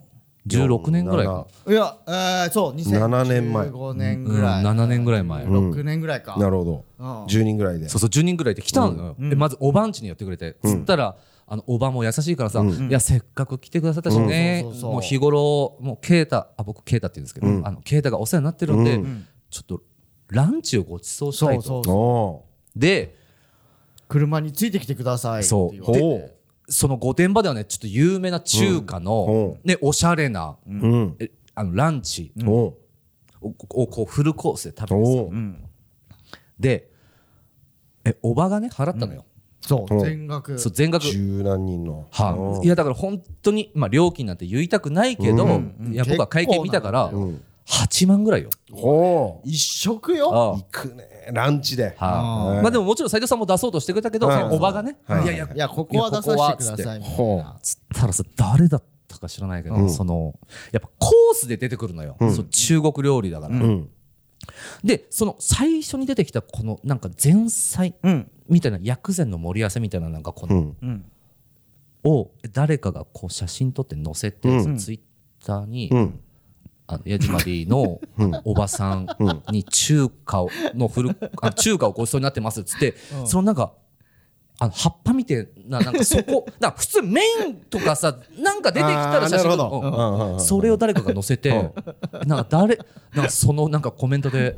16年ぐらいか。 いやそう2015年ぐらい、 7年ぐらい前、 6年ぐらいか。 なるほど。10人ぐらいで。 そう10人ぐらいで来たのよ。まずおばんちにやってくれて、つったらおばも優しいからさ、いやせっかく来てくださったしね、もう日頃もうケイタ僕ケイタって言うんですけど、ケイタがお世話になってるんでちょっとランチをご馳走したいと。で車についてきてくださいって言われて、 その御殿場ではねちょっと有名な中華のおしゃれなランチをこうフルコースで食べてさ、でおばがね払ったのよ。 全額十何人の。 いやだから本当にまあ料金なんて言いたくないけど、いや僕は会計見たから8万ぐらいよ。 一食よ。 行くねランチで。 まあでももちろん斎藤さんも出そうとしてくれたけど、おばがねいやここは出させてくださいみたいな。 つったらさ誰だったか知らないけど、そのやっぱコースで出てくるのよ、中国料理だから。でその最初に出てきたこのなんか前菜みたいな薬膳の盛り合わせみたいななんかこのを誰かがこう写真撮って載せてツイッターに矢島 D のおばさんに中華をごちそうになってますっつって、そのなんか葉っぱみてなんかそこだ普通メインとかさなんか出てきたら写真それを誰かが載せてなんかそのなんかコメントで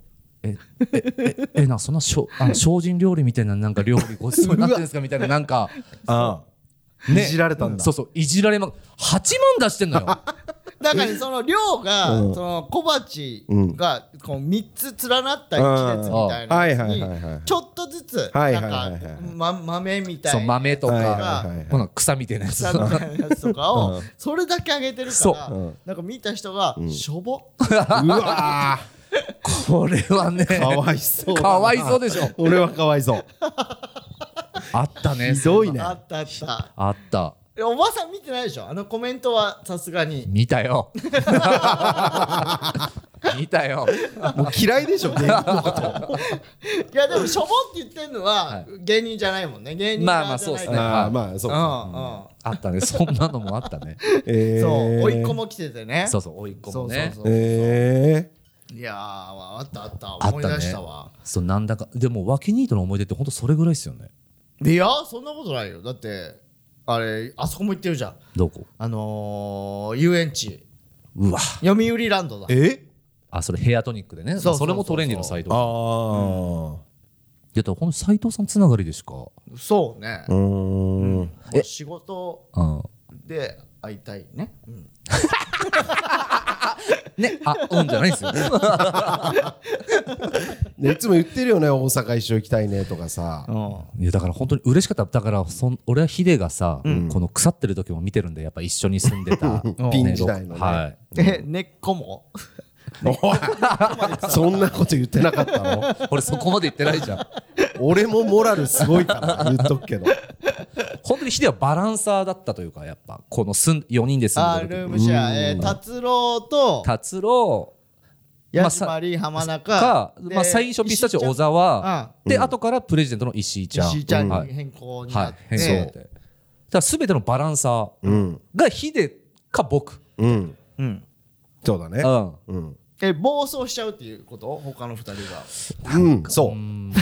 なんかそんな精進料理みたいななんか料理ごちそうになってるんですかみたいななんかいじられたんだ。 そういじられ8万出してんのよ。 だからその量がその小鉢がこう3つ連なった一列みたいなやつにちょっとずつなんか豆みたいな豆とか草みたいなやつとかをそれだけあげてるからなんか見た人がしょぼうわこれはねかわいそうかわいそうでしょ。 俺はかわいそうあったね。 ひどいね。 あったあった。 あった。 おばさん見てないでしょ、あのコメントは。さすがに見たよ。見たよ。 もう嫌いでしょ芸人のこと。 いやでもしょぼって言ってんのは芸人じゃないもんね。芸人まあまあそうですね。 あまあそうか。 あったね。そんなのもあったね。 そう甥っ子も来ててね。 そうそう甥っ子もね。 いやーあったあった思い出したわ。 そうなんだかでもワキニートの思い出って本当それぐらいですよね。 いやそんなことないよ。だってあれあそこも行ってるじゃん。 どこ？ 遊園地。 うわ。 読売ランドだ。 あそれヘアトニックでね。それもトレンディの斎藤さん。いやだからほんと斎藤さんつながりでしか。 そうね。仕事で会いたいね。 ね、じゃないですよ。 いつも言ってるよね、大阪一緒行きたいねとかさ。 いやだから本当に嬉しかった。だから俺はヒデがさ、この腐ってる時も見てるんで、やっぱ一緒に住んでたピン時代のね。 はい。 根っこもそんなこと言ってなかったの？ 俺そこまで言ってないじゃん。 俺もモラルすごいから言っとくけど。 本当にヒデはバランサーだったというか、やっぱこの4人で住んでる時。 ルームシェア、達郎と達郎、 ヤジマリ浜中か、最初ピスタチオ小沢で、後からプレジデントの石井ちゃん。 石井ちゃんに変更になって、 変更で。だから全てのバランサーがヒデか僕。 そうだね。 暴走しちゃうっていうこと？他の2人が。 そう。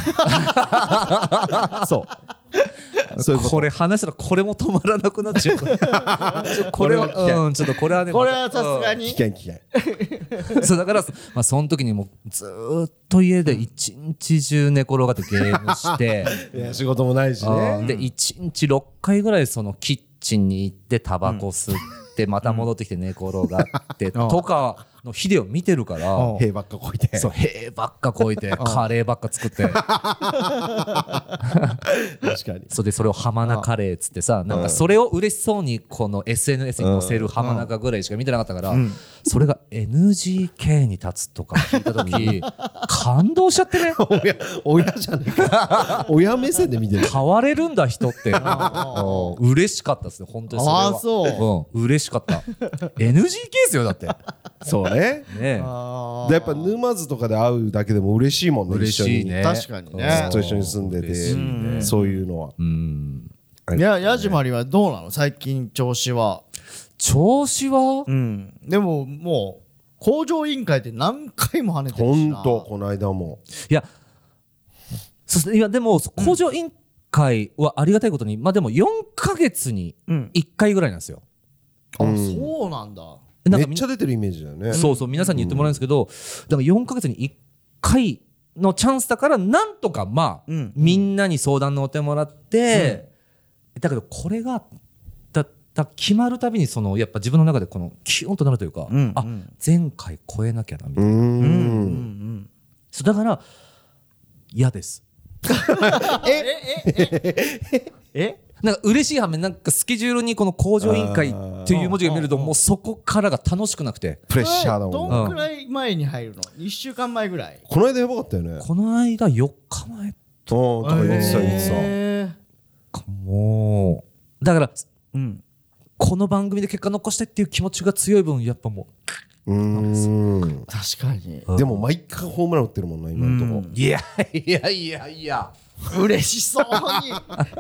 そう。 これ話したらこれも止まらなくなっちゃう。これはちょっとこれはね。 これはさすがに危険危険。 そうだからその時にもうずーっと家で一日中寝転がってゲームして、 仕事もないしね。 で1日6回ぐらいそのキッチンに行ってタバコ吸ってまた戻ってきて寝転がってとかのヒデを見てるから、 塀ばっかこいて、 そう塀ばっかこいてカレーばっか作って、 確かに。 それでそれを浜名カレーっつってさ、なんかそれを嬉しそうにこの SNS に載せる浜中ぐらいしか見てなかったから、それが NGK に立つとか聞いた時感動しちゃってね。 親じゃねえか。親目線で見てる。 変われるんだ人って嬉しかったですね本当に。それはそう嬉しかった。 NGK ですよだって。 そうね。やっぱ沼津とかで会うだけでも嬉しいもんね。 嬉しいね。 確かにね。 ずっと一緒に住んでてそういうのは。 ヤジマリはどうなの最近調子は？でももう工場委員会で何回も跳ねてるしな。 ほんとこの間も。 いやでも工場委員会はありがたいことにでも4ヶ月に1回ぐらいなんですよ。 そうなんだ。 めっちゃ出てるイメージだよね。 そうそう皆さんに言ってもらうんですけど、だから4ヶ月に1回のチャンスだからなんとかみんなに相談乗ってもらって、だけどこれが決まるたびにやっぱ自分の中でこのキュンとなるというか、前回超えなきゃなみたいな。そうだから嫌です。なんか嬉しい反面なんかスケジュールにこの工場委員会っていう文字が見るともうそこからが楽しくなくて。 プレッシャーだもん。 どんくらい前に入るの？1週間前ぐらい？ この間やばかったよね。 この間4日前とか言ってた。もうだからこの番組で結果残したいっていう気持ちが強い分やっぱもう確かに。 でも毎回ホームラン打ってるもんな今のとこ。 いや嬉しそうに。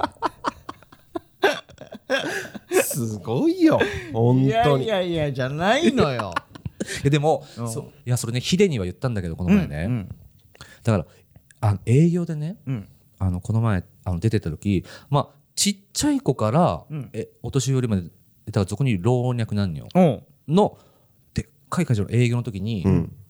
すごいよ本当に。 いやじゃないのよ。 でもそれねヒデには言ったんだけどこの前ね、だから営業でね、この前出てた時ちっちゃい子から、お年寄りまでだからそこに老若男女のでっかい会社の営業の時に、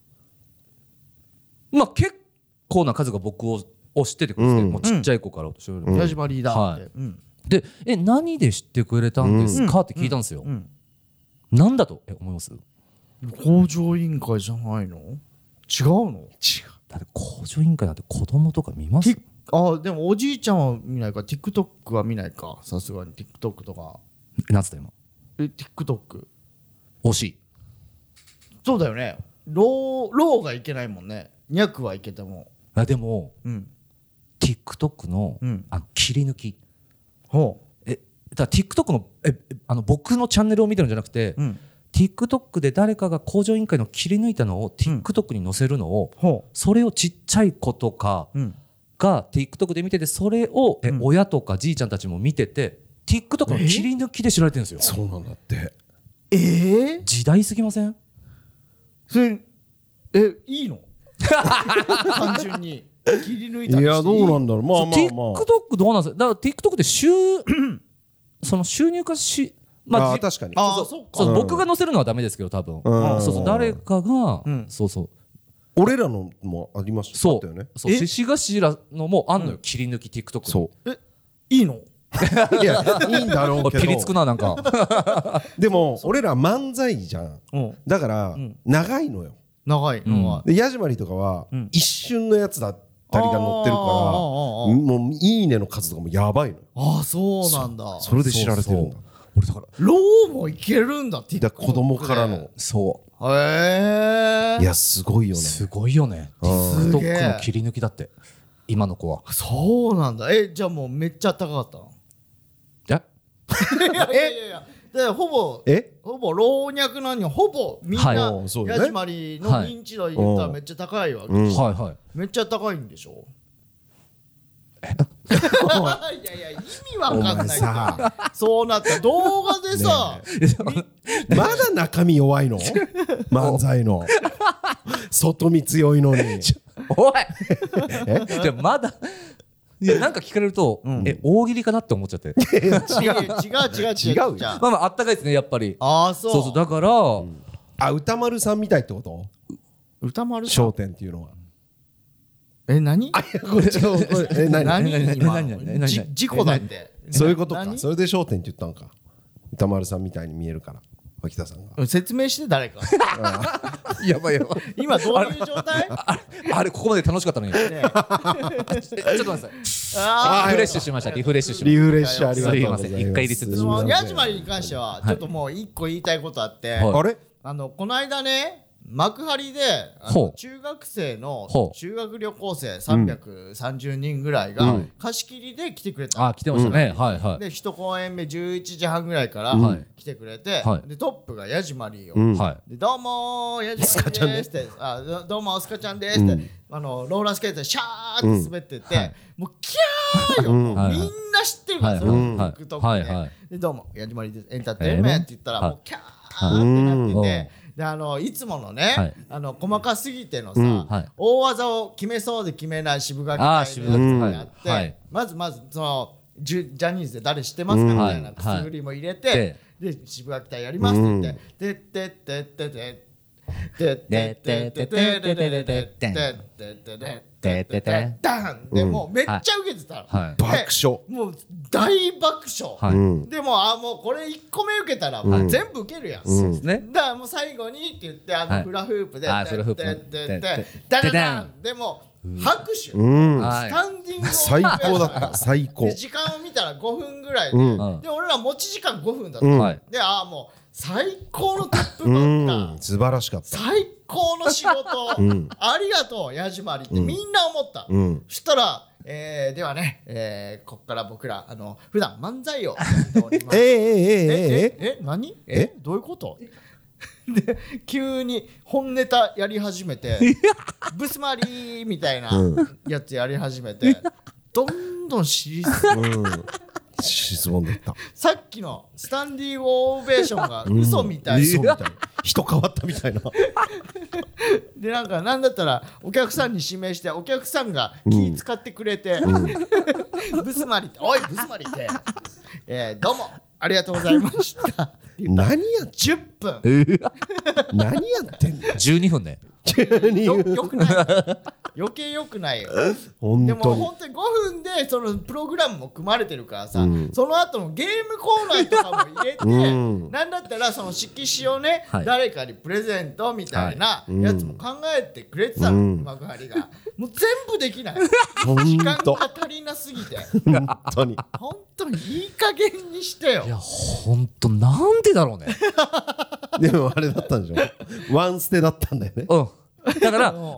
結構な数が僕を知っててくれて、もうちっちゃい子からお年寄りまでヤジマリーだって。 で何で知ってくれたんですかって聞いたんですよ。なんだと思います？ 工場委員会じゃないの？違うの？違う。 だって工場委員会なんて子供とか見ます？ でもおじいちゃんは見ないか TikTok は見ないかさすがに TikTok とか。 なんつった今 ？TikTok 惜しい。 そうだよね。ローがいけないもんね。ニャクはいけても。 でも、TikTok の切り抜きだから TikTok の僕のチャンネルを見てるんじゃなくて、TikTok で誰かが工場委員会の切り抜いたのを TikTok に載せるのを、それをちっちゃい子とかが TikTok で見てて、それを親とかじいちゃんたちも見てて TikTok の切り抜きで知られてるんですよ。 そうなんだって。 時代すぎません？ それいいの？単純に切り抜いたりしていい？ いやどうなんだろう。まあまあまあ TikTok どうなんですか。だから TikTok でその収入化まあ確かに。 そう僕が載せるのはダメですけど多分そう誰かがそう俺らのもありましたよね。 そう獅子頭のもあんのよ、切り抜き TikTok に。 そういいの？ いやいいんだろうけどピリつくななんかでも俺ら漫才じゃん。だから長いのよ。 長いでヤジマリとかは一瞬のやつだったりが載ってるからもういいねの数とかもやばいのよ。 ああそうなんだ。 それで知られてるんだ。 俺だからローもいけるんだって。 子供からの。 そうへえ。 いやすごいよね。 すごいよね。TikTok の切り抜きだって今の子は。 そうなんだ。じゃあもうめっちゃ高かったの？いやでほぼ老若男女ほぼみんなヤジマリの認知度で言ったらめっちゃ高いわけ。めっちゃ高いんでしょ？いや意味わかんないか。そうなった動画でさまだ中身弱いの？漫才の外見強いのに。 おいじゃまだなんか聞かれると大喜利かなって思っちゃって。 違うまああったかいですねやっぱり。そうだから歌丸さんみたいってこと？ 歌丸さん笑点っていうのは何？ これ違う。 何？事故だって。 そういうことか。それで笑点って言ったのか。歌丸さんみたいに見えるから脇田さんが。 説明して誰か。 やばい今どういう状態？ あれここまで楽しかったのに。ちょっと待ってください。リフレッシュしました。リフレッシュありがとうございます。一回リセットしました。 ヤジマリに関してはちょっともう一個言いたいことあって、 あれ？ この間ね幕張で中学生の修学旅行生330人ぐらいが貸し切りで来てくれた。 来てましたね。 で1公演目11時半ぐらいから来てくれて、でトップがヤジマリーをでどうもヤジマリーですってどうもスカちゃんですってローラースケートでシャーって滑っててもうキャーよみんな知ってるからそれを TikTok でどうもヤジマリーですエンターテインメントって言ったらもうキャーってなってて。でいつものね、細かすぎてのさ、大技を決めそうで決めない渋垣隊のやつがやって、まずそのジャニーズで誰知ってますかみたいなくすぐりも入れて、で渋垣隊やりますって言って「でってってってって」ダンでもうめっちゃ受けてた爆笑もう大爆笑でももうこれ1個目受けたら全部受けるやんだからもう最後にって言ってフラフープでダダンでも拍手スタンディング最高だった最高時間を見たら5分ぐらいで俺ら持ち時間5分だったでもう最高のトップバッター素晴らしかった最高の仕事ありがとうヤジマリってみんな思ったそしたらではねこっから僕ら普段漫才をやっております何どういうことで急に本ネタやり始めてブスマリーみたいなやつやり始めてどんどん尻質問だった。 さっきのスタンディングオベーションが嘘みたい人変わったみたいなでなんだったらお客さんに指名してお客さんが気使ってくれてブスマリっておいブスマリってどうもありがとうございました何や 10分何やってんの 12分ねよくない余計よくないよでも本当に5分でそのプログラムも組まれてるからさ、その後のゲームコーナーとかも入れて、なんだったらその色紙をね、誰かにプレゼントみたいなやつも考えてくれてたの幕張がもう全部できない時間が足りなすぎて本当にいい加減にしてよ。 いや本当なんでだろうねでもあれだったんでしょワンステだったんだよねだから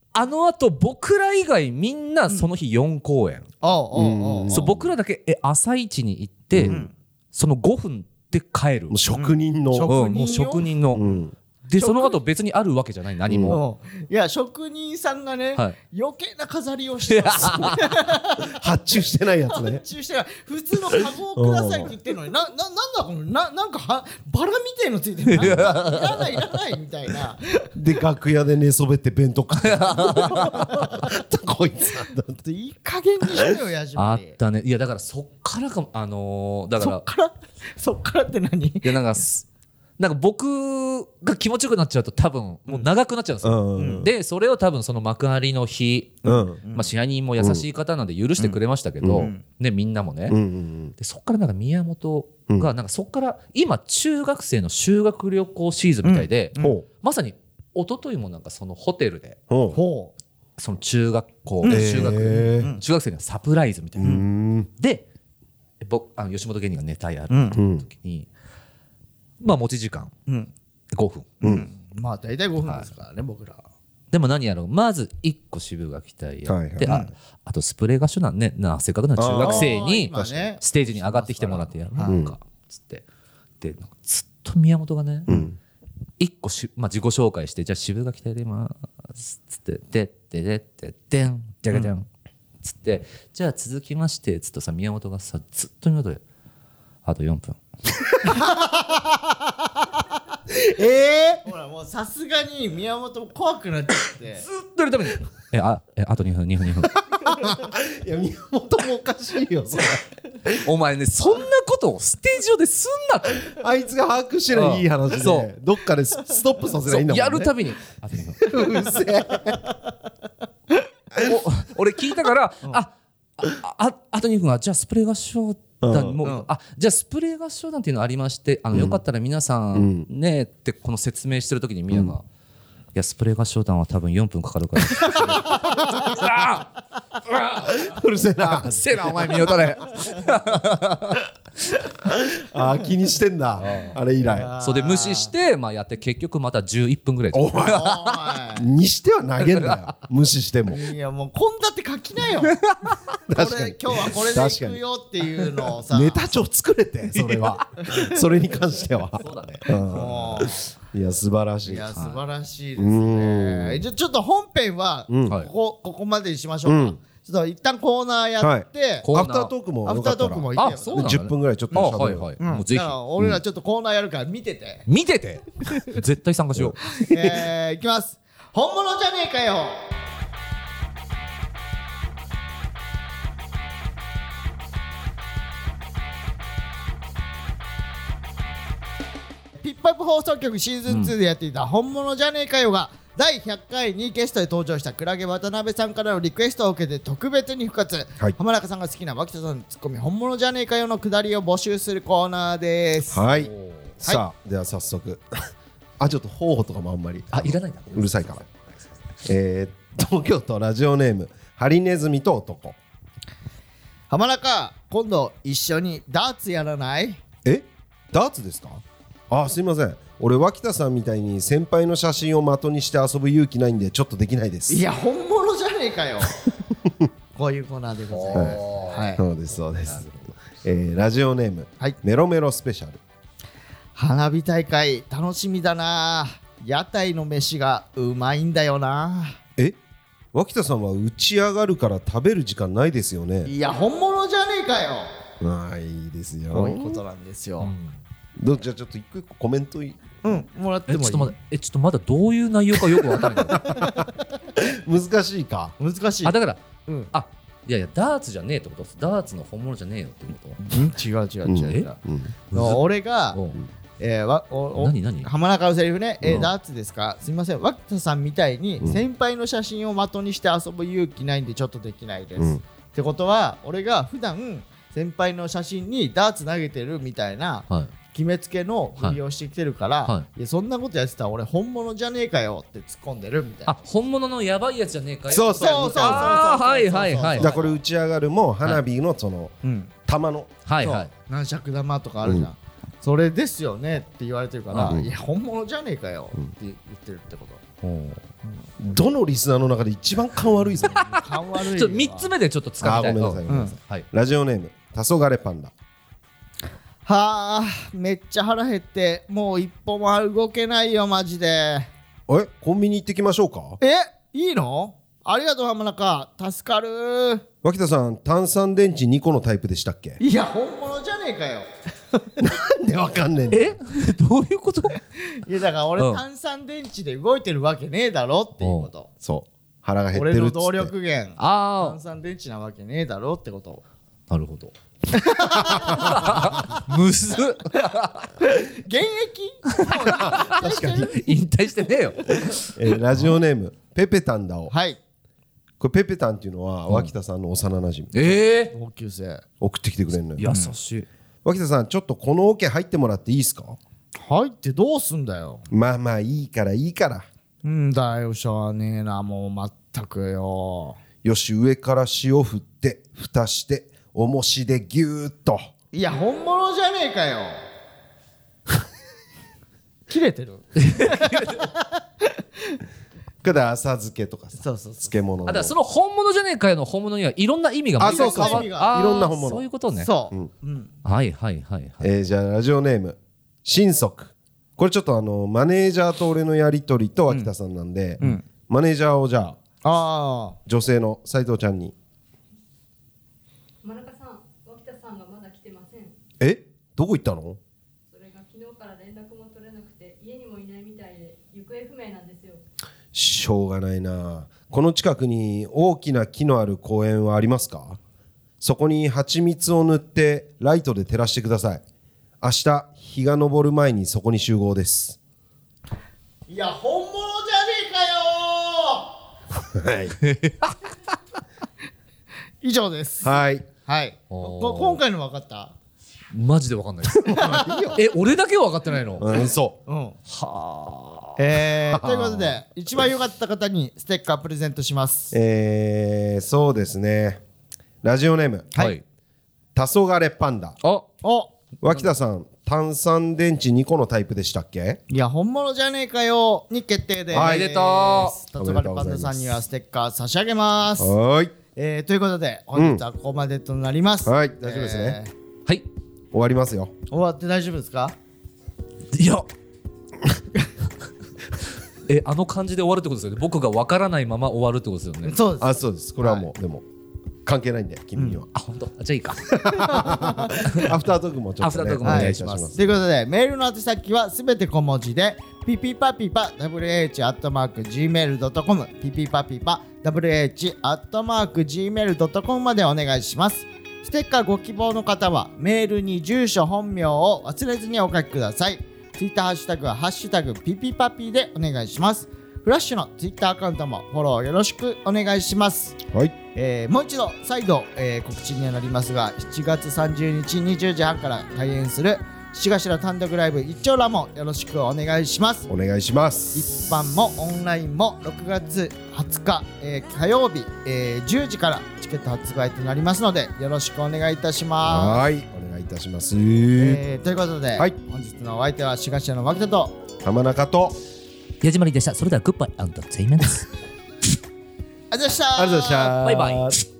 あのあと僕ら以外みんなその日4公演、そう僕らだけ朝一に行って、その5分で帰る。 もう職人の、 もう職人の、でその後別にあるわけじゃない何も、 いや職人さんがね、 はい余計な飾りをしてます発注してないやつね。 発注してない普通のカゴをくださいって言ってるのになんだこのなんかバラみたいのついてるいらないみたいなで楽屋で寝そべって弁当食ってこいつなんだって。 いい加減にしてよやじあまりったね。いやだからそっからかだからそっからって何？ いやなんか僕が気持ちよくなっちゃうと多分もう長くなっちゃうんですよ、でそれを多分その幕張の日、支配人も優しい方なんで許してくれましたけど、ね、みんなもね、でそっからなんか宮本がなんかそっから今中学生の修学旅行シーズンみたいで、まさに一昨日もなんかそのホテルで、その中学校、中学生のサプライズみたいな、で僕吉本芸人がネタやる時に、まあ持ち時間5分、 まあ大体5分ですからね、僕ら。 でも何やろう、まず1個渋垣隊やって、あとスプレー合唱なんねせっかくの中学生にステージに上がってきてもらってやるのかつって、でずっと宮本がね、1個自己紹介して、じゃあ渋垣隊やりますつってでってでんじゃがじゃんつって、じゃあ続きましてつっとさ、宮本がさずっと宮本であと4分ほらもうさすがに宮本も怖くなっちゃってずっとやるためにあと2分いや宮本もおかしいよそれお前ね、そんなことをステージ上ですんなってあいつが把握してりゃいい話で、どっかでストップさせりゃいいんだもんね。 やるたびにあと2分うるせえ俺聞いたからあと2分はじゃあスプレー合唱団もじゃあスプレー合唱団っていうのありまして、よかったら皆さんねってこの説明してる時に宮が、いやスプレー合唱団は多分4分かかるからうるせえなうるせえなお前見劣れ気にしてんだあれ以来。 そうで無視してやって結局また11分ぐらいお前にしては投げんなよ無視しても。 いやもう献立書きなよ確かに今日はこれでいくよっていうのをさネタ帳作れてそれはそれに関してはそうだね、 いや素晴らしい。 いや素晴らしいですね。じゃあちょっと本編はここまでにしましょうか。ちょっと一旦コーナーやってアフタートークもよかったら10分ぐらいちょっとしゃべる。 もうぜひ俺らちょっとコーナーやるから見てて絶対参加しよういきます。本物じゃねえかよ。ピップアップ放送局シーズン2でやっていた本物じゃねえかよが第100回にゲストで登場したクラゲ渡辺さんからのリクエストを受けて特別に復活、浜中さんが好きな脇田さんのツッコミ本物じゃねえかよのくだりを募集するコーナーです。 さあでは早速ちょっと方法とかもあんまりいらないんだうるさいから東京都ラジオネームハリネズミと男。 浜中今度一緒にダーツやらない？ ダーツですか？すいません、俺脇田さんみたいに先輩の写真を的にして遊ぶ勇気ないんでちょっとできないです。 いや本物じゃねえかよこういうコーナーでございます。 そうですそうです。ラジオネーム、メロメロスペシャル。 花火大会楽しみだな。屋台の飯がうまいんだよな。 脇田さんは打ち上がるから食べる時間ないですよね。 いや本物じゃねえかよ。 いいですよ。 こういうことなんですよ。 じゃあちょっと一個一個コメントもらってもいい？ ちょっとまだどういう内容かよく分からない難しいか。 難しい。 だからいやダーツじゃねえってこと？ダーツの本物じゃねえよってこと？ 違う俺が浜中のセリフね、ダーツですか？すみません、脇田さんみたいに先輩の写真を的にして遊ぶ勇気ないんでちょっとできないです、ってことは俺が普段先輩の写真にダーツ投げてるみたいな決めつけのふりをしてきてるから、いやそんなことやってたら俺本物じゃねえかよって突っ込んでるみたいな。 本物のやばいやつじゃねえかよ。 そうはいだこれ打ち上がるも花火のその玉の何尺玉とかあるじゃん、それですよねって言われてるから、いや本物じゃねえかよって言ってるってこと。 どのリスナーの中で一番勘悪いぞ。 勘悪いわ。 ちょっと3つ目でちょっと使ってごめんなさいごめんなさい、 はいラジオネーム黄昏パンダ。 はあ、めっちゃ腹減ってもう一歩も動けないよマジで。 コンビニ行ってきましょうか。 いいの？ありがとう浜中、助かる。 脇田さん炭酸電池2個のタイプでしたっけ。 いや本物じゃねえかよ。 なんでわかんねえんだよ。 どういうこと？ いやだから俺炭酸電池で動いてるわけねえだろっていうこと。 そう腹が減ってるっつって。 俺の動力源あ炭酸電池なわけねえだろってこと。 あ、なるほど。むずっ。 現役？確かに。 引退してねえよ。 ラジオネームペペタンだを。 はい。 これペペタンっていうのは脇田さんの幼馴染、 同級生。 送ってきてくれるのよ。 優しい。 脇田さんちょっとこのオケ入ってもらっていいですか。 入ってどうすんだよ。 まあまあいいからいいから。 んだよしょうがねえなもうまったくよ。 よし上から塩振って蓋して重しでギューッと。 いや本物じゃねえかよ。切れてる。 これ浅漬けとかさ、 そうそうそう。 漬物の。 だからその本物じゃねえかよの本物にはいろんな意味がそうそうそういいろんな本物。 そういうことね。 そう。 はいはいはいはい。 じゃあラジオネーム新足。これちょっとマネージャーと俺のやり取りと脇田さんなんで、マネージャーをじゃあ女性の斉藤ちゃんに。 真中さん、脇田さんがまだ来てません。 どこ行ったの。 それが昨日から連絡も取れなくて家にもいないみたいで行方不明なんですよ。 しょうがないな。この近くに大きな木のある公園はありますか。そこに蜂蜜を塗ってライトで照らしてください。明日日が昇る前にそこに集合です。 いや本物じゃねえかよ。 はい以上です。 はいはい。今回の分かった？ マジでわかんないです。俺だけは分かってないの？ そうはあ。 ということで一番良かった方にステッカープレゼントします。 そうですね。ラジオネームはい。 黄昏パンダ。 お、 脇田さん炭酸電池2個のタイプでしたっけ。 いや本物じゃねえかよに決定です。 はいおめでと黄昏パンダさんにはステッカー差し上げます。 はーいということで本日はここまでとなります。 はい大丈夫ですね。 はい。 終わりますよ。 終わって大丈夫ですか？ いや。あの感じで終わるってことですよね。僕が分からないまま終わるってことですよね。 そうです。 あそうです。これはもう、でも関係ないんで君には、 あ、本当。じゃあいいか。 アフタートークもちょっと、ね、 アフタートークもお願いしますということでメールの宛先はすべて小文字でピピパピパ wh@gmail.com ピピパピパ wh@gmail.com までお願いします。ステッカーご希望の方はメールに住所本名を忘れずにお書きください。ツイッターハッシュタグはハッシュタグピピパピでお願いします。フラッシュのツイッターアカウントもフォローよろしくお願いします。 はい。 もう一度再度、告知にはなりますが7月30日20時半から開演する七頭単独ライブ一丁羅もよろしくお願いします。 お願いします。 一般もオンラインも6月20日、火曜日、10時からチケット発売となりますのでよろしくお願いいたします。 はいお願いいたします。 ということで、 はい、 本日のお相手は志頭の脇田と浜中と矢島りでした。それではグッバイアンドテイメント。 ありがとうございました。 ありがとうございました。 バイバイ。